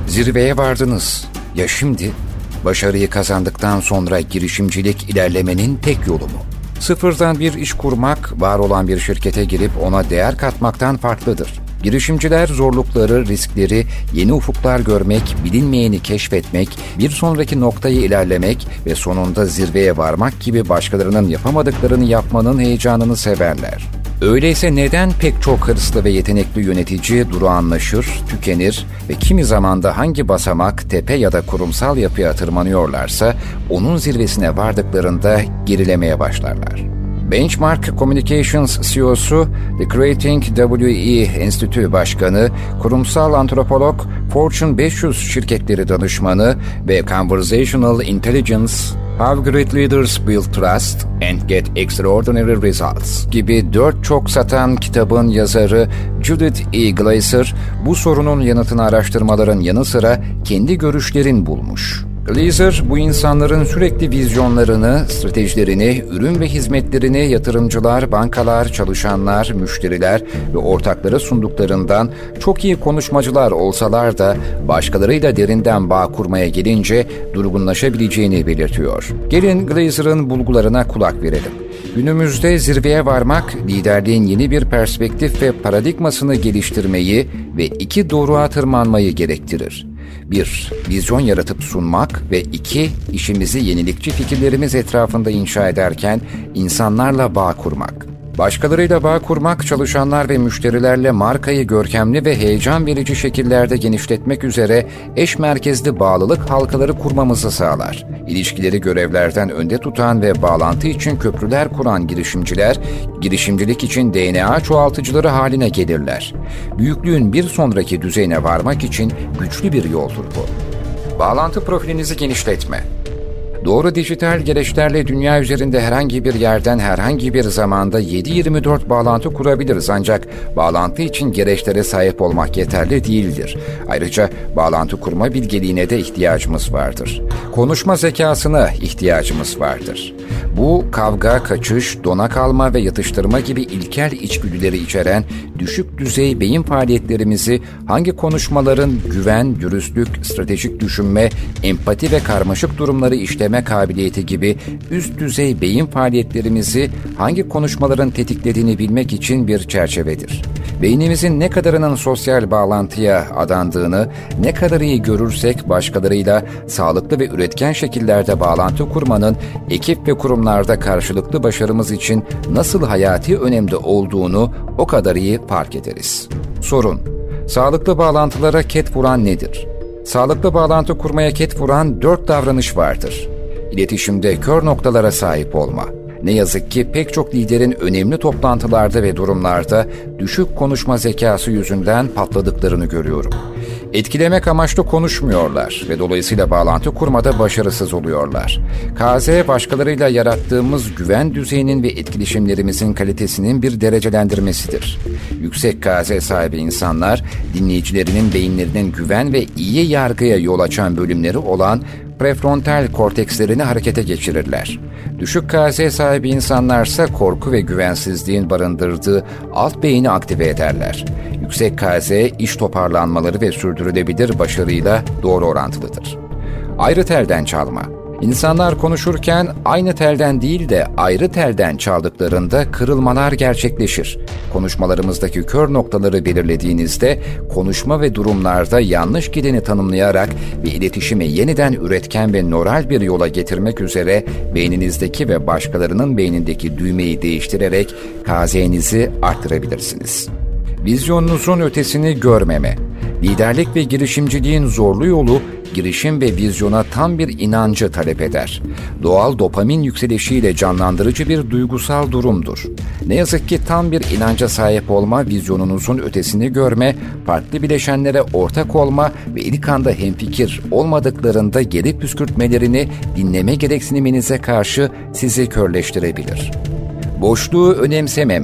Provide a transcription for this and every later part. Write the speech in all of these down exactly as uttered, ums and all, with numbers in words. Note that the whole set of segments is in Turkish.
Zirveye vardınız. Ya şimdi? Başarıyı kazandıktan sonra girişimcilik ilerlemenin tek yolu mu? Sıfırdan bir iş kurmak, var olan bir şirkete girip ona değer katmaktan farklıdır. Girişimciler zorlukları, riskleri, yeni ufuklar görmek, bilinmeyeni keşfetmek, bir sonraki noktayı ilerlemek ve sonunda zirveye varmak gibi başkalarının yapamadıklarını yapmanın heyecanını severler. Öyleyse neden pek çok hırslı ve yetenekli yönetici durağanlaşır, tükenir ve kimi zamanda hangi basamak, tepe ya da kurumsal yapıya tırmanıyorlarsa onun zirvesine vardıklarında gerilemeye başlarlar? Benchmark Communications C E O'su, The Creating W E Enstitü Başkanı, kurumsal antropolog, Fortune beş yüz şirketleri danışmanı ve Conversational Intelligence, How Great Leaders Build Trust and Get Extraordinary Results gibi dört çok satan kitabın yazarı Judith E. Glaser, bu sorunun yanıtını araştırmaların yanı sıra kendi görüşlerini bulmuş. Glaser, bu insanların sürekli vizyonlarını, stratejilerini, ürün ve hizmetlerini yatırımcılar, bankalar, çalışanlar, müşteriler ve ortaklara sunduklarından çok iyi konuşmacılar olsalar da başkalarıyla derinden bağ kurmaya gelince durgunlaşabileceğini belirtiyor. Gelin Glaser'ın bulgularına kulak verelim. Günümüzde zirveye varmak, liderliğin yeni bir perspektif ve paradigmasını geliştirmeyi ve iki doruğa tırmanmayı gerektirir. bir Vizyon yaratıp sunmak ve iki işimizi yenilikçi fikirlerimiz etrafında inşa ederken insanlarla bağ kurmak. Başkalarıyla bağ kurmak, çalışanlar ve müşterilerle markayı görkemli ve heyecan verici şekillerde genişletmek üzere eş merkezli bağlılık halkaları kurmamızı sağlar. İlişkileri görevlerden önde tutan ve bağlantı için köprüler kuran girişimciler, girişimcilik için D N A çoğaltıcıları haline gelirler. Büyüklüğün bir sonraki düzeyine varmak için güçlü bir yoldur bu. Bağlantı profilinizi genişletme. Doğru dijital gereçlerle dünya üzerinde herhangi bir yerden herhangi bir zamanda yedi yirmi dört bağlantı kurabiliriz, ancak bağlantı için gereçlere sahip olmak yeterli değildir. Ayrıca bağlantı kurma bilgeliğine de ihtiyacımız vardır. Konuşma zekasına ihtiyacımız vardır. Bu kavga, kaçış, dona kalma ve yatıştırma gibi ilkel içgüdüleri içeren düşük düzey beyin faaliyetlerimizi hangi konuşmaların güven, dürüstlük, stratejik düşünme, empati ve karmaşık durumları işleme kabiliyeti gibi üst düzey beyin faaliyetlerimizi hangi konuşmaların tetiklediğini bilmek için bir çerçevedir. Beynimizin ne kadarının sosyal bağlantıya adandığını, ne kadar iyi görürsek başkalarıyla sağlıklı ve üretken şekillerde bağlantı kurmanın ekip ve kurumlarda karşılıklı başarımız için nasıl hayati önemli olduğunu o kadar iyi fark ederiz. Sorun: sağlıklı bağlantılara ket vuran nedir? Sağlıklı bağlantı kurmaya ket vuran dört davranış vardır. İletişimde kör noktalara sahip olma. Ne yazık ki pek çok liderin önemli toplantılarda ve durumlarda düşük konuşma zekası yüzünden patladıklarını görüyorum. Etkilemek amaçlı konuşmuyorlar ve dolayısıyla bağlantı kurmada başarısız oluyorlar. K Z, başkalarıyla yarattığımız güven düzeyinin ve etkileşimlerimizin kalitesinin bir derecelendirmesidir. Yüksek K Z sahibi insanlar, dinleyicilerinin beyinlerinin güven ve iyi yargıya yol açan bölümleri olan prefrontal kortekslerini harekete geçirirler. Düşük K Z sahibi insanlarsa korku ve güvensizliğin barındırdığı alt beyni aktive ederler. Yüksek K Z, iş toparlanmaları ve sürdürülebilir başarıyla doğru orantılıdır. Ayrı telden çalma. İnsanlar konuşurken aynı telden değil de ayrı telden çaldıklarında kırılmalar gerçekleşir. Konuşmalarımızdaki kör noktaları belirlediğinizde konuşma ve durumlarda yanlış gideni tanımlayarak ve iletişimi yeniden üretken ve nöral bir yola getirmek üzere beyninizdeki ve başkalarının beynindeki düğmeyi değiştirerek K Z'nizi arttırabilirsiniz. Vizyonunuzun ötesini görmeme. Liderlik ve girişimciliğin zorlu yolu, girişim ve vizyona tam bir inancı talep eder. Doğal dopamin yükselişiyle canlandırıcı bir duygusal durumdur. Ne yazık ki tam bir inanca sahip olma, vizyonunuzun ötesini görme, farklı bileşenlere ortak olma ve ilk anda hemfikir olmadıklarında geri püskürtmelerini dinleme gereksiniminize karşı sizi körleştirebilir. Boşluğu önemsememe.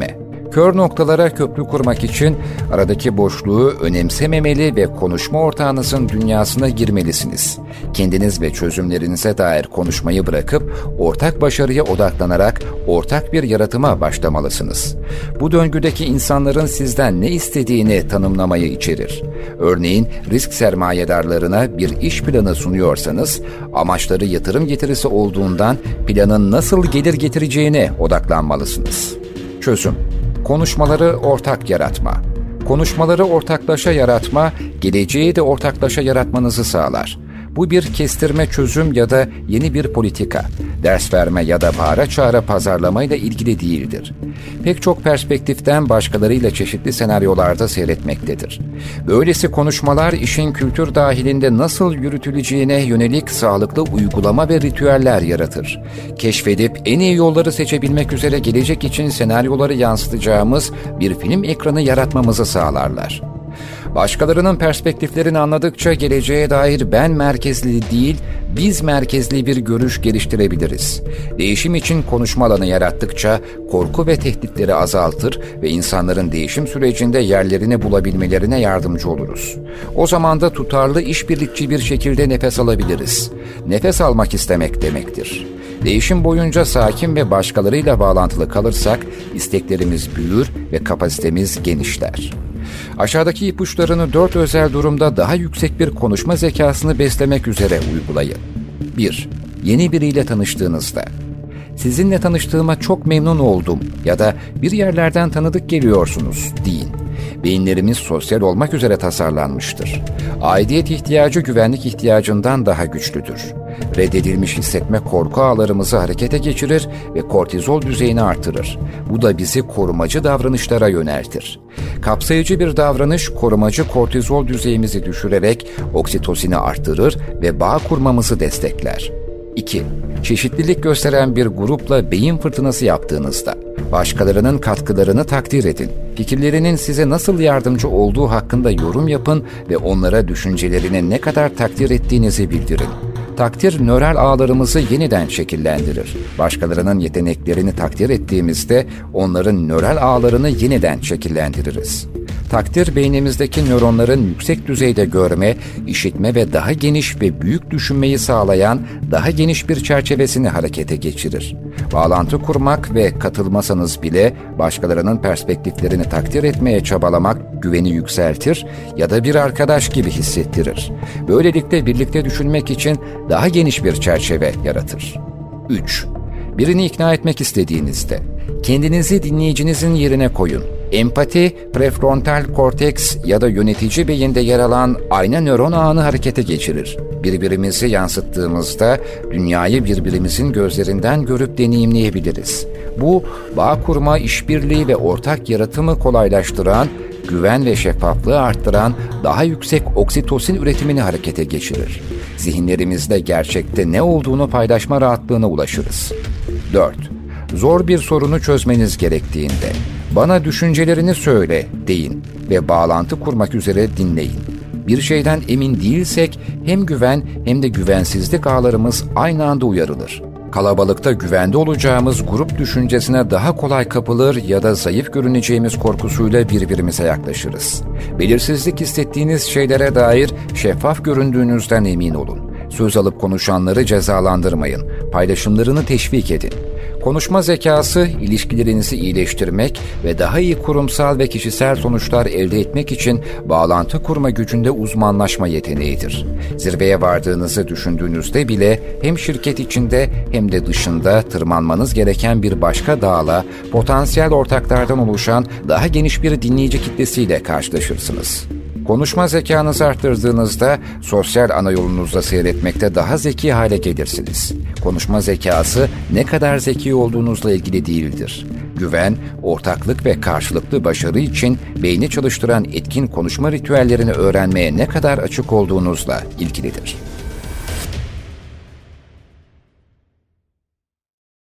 Kör noktalara köprü kurmak için aradaki boşluğu önemsememeli ve konuşma ortağınızın dünyasına girmelisiniz. Kendiniz ve çözümlerinize dair konuşmayı bırakıp ortak başarıya odaklanarak ortak bir yaratıma başlamalısınız. Bu döngüdeki insanların sizden ne istediğini tanımlamayı içerir. Örneğin risk sermayedarlarına bir iş planı sunuyorsanız, amaçları yatırım getirisi olduğundan planın nasıl gelir getireceğine odaklanmalısınız. Çözüm: konuşmaları ortak yaratma. Konuşmaları ortaklaşa yaratma, geleceği de ortaklaşa yaratmanızı sağlar. Bu bir kestirme çözüm ya da yeni bir politika, ders verme ya da bağıra çağıra pazarlamayla ilgili değildir. Pek çok perspektiften başkalarıyla çeşitli senaryolarda seyretmektedir. Böylesi konuşmalar işin kültür dahilinde nasıl yürütüleceğine yönelik sağlıklı uygulama ve ritüeller yaratır. Keşfedip en iyi yolları seçebilmek üzere gelecek için senaryoları yansıtacağımız bir film ekranı yaratmamızı sağlarlar. Başkalarının perspektiflerini anladıkça geleceğe dair ben merkezli değil, biz merkezli bir görüş geliştirebiliriz. Değişim için konuşma alanı yarattıkça korku ve tehditleri azaltır ve insanların değişim sürecinde yerlerini bulabilmelerine yardımcı oluruz. O zaman da tutarlı, işbirlikçi bir şekilde nefes alabiliriz. Nefes almak istemek demektir. Değişim boyunca sakin ve başkalarıyla bağlantılı kalırsak isteklerimiz büyür ve kapasitemiz genişler. Aşağıdaki ipuçlarını dört özel durumda daha yüksek bir konuşma zekasını beslemek üzere uygulayın. bir. Yeni biriyle tanıştığınızda. Sizinle tanıştığıma çok memnun oldum ya da bir yerlerden tanıdık geliyorsunuz deyin. Beyinlerimiz sosyal olmak üzere tasarlanmıştır. Aidiyet ihtiyacı güvenlik ihtiyacından daha güçlüdür. Reddedilmiş hissetme korku ağlarımızı harekete geçirir ve kortizol düzeyini artırır. Bu da bizi korumacı davranışlara yöneltir. Kapsayıcı bir davranış korumacı kortizol düzeyimizi düşürerek oksitosini artırır ve bağ kurmamızı destekler. iki. Çeşitlilik gösteren bir grupla beyin fırtınası yaptığınızda. Başkalarının katkılarını takdir edin. Fikirlerinin size nasıl yardımcı olduğu hakkında yorum yapın ve onlara düşüncelerini ne kadar takdir ettiğinizi bildirin. Takdir nöral ağlarımızı yeniden şekillendirir. Başkalarının yeteneklerini takdir ettiğimizde onların nöral ağlarını yeniden şekillendiririz. Takdir beynimizdeki nöronların yüksek düzeyde görme, işitme ve daha geniş ve büyük düşünmeyi sağlayan daha geniş bir çerçevesini harekete geçirir. Bağlantı kurmak ve katılmasanız bile başkalarının perspektiflerini takdir etmeye çabalamak güveni yükseltir ya da bir arkadaş gibi hissettirir. Böylelikle birlikte düşünmek için daha geniş bir çerçeve yaratır. üç. Birini ikna etmek istediğinizde kendinizi dinleyicinizin yerine koyun. Empati, prefrontal korteks ya da yönetici beyinde yer alan ayna nöron ağını harekete geçirir. Birbirimizi yansıttığımızda dünyayı birbirimizin gözlerinden görüp deneyimleyebiliriz. Bu, bağ kurma, işbirliği ve ortak yaratımı kolaylaştıran, güven ve şeffaflığı arttıran daha yüksek oksitosin üretimini harekete geçirir. Zihinlerimizde gerçekte ne olduğunu paylaşma rahatlığına ulaşırız. dört. Zor bir sorunu çözmeniz gerektiğinde "Bana düşüncelerini söyle" deyin ve bağlantı kurmak üzere dinleyin. Bir şeyden emin değilsek hem güven hem de güvensizlik ağlarımız aynı anda uyarılır. Kalabalıkta güvende olacağımız grup düşüncesine daha kolay kapılır ya da zayıf görüneceğimiz korkusuyla birbirimize yaklaşırız. Belirsizlik hissettiğiniz şeylere dair şeffaf göründüğünüzden emin olun. Söz alıp konuşanları cezalandırmayın, paylaşımlarını teşvik edin. Konuşma zekası, ilişkilerinizi iyileştirmek ve daha iyi kurumsal ve kişisel sonuçlar elde etmek için bağlantı kurma gücünde uzmanlaşma yeteneğidir. Zirveye vardığınızı düşündüğünüzde bile hem şirket içinde hem de dışında tırmanmanız gereken bir başka dağla, potansiyel ortaklardan oluşan daha geniş bir dinleyici kitlesiyle karşılaşırsınız. Konuşma zekanızı arttırdığınızda sosyal ana yolunuzda seyretmekte daha zeki hale gelirsiniz. Konuşma zekası ne kadar zeki olduğunuzla ilgili değildir. Güven, ortaklık ve karşılıklı başarı için beyni çalıştıran etkin konuşma ritüellerini öğrenmeye ne kadar açık olduğunuzla ilgilidir.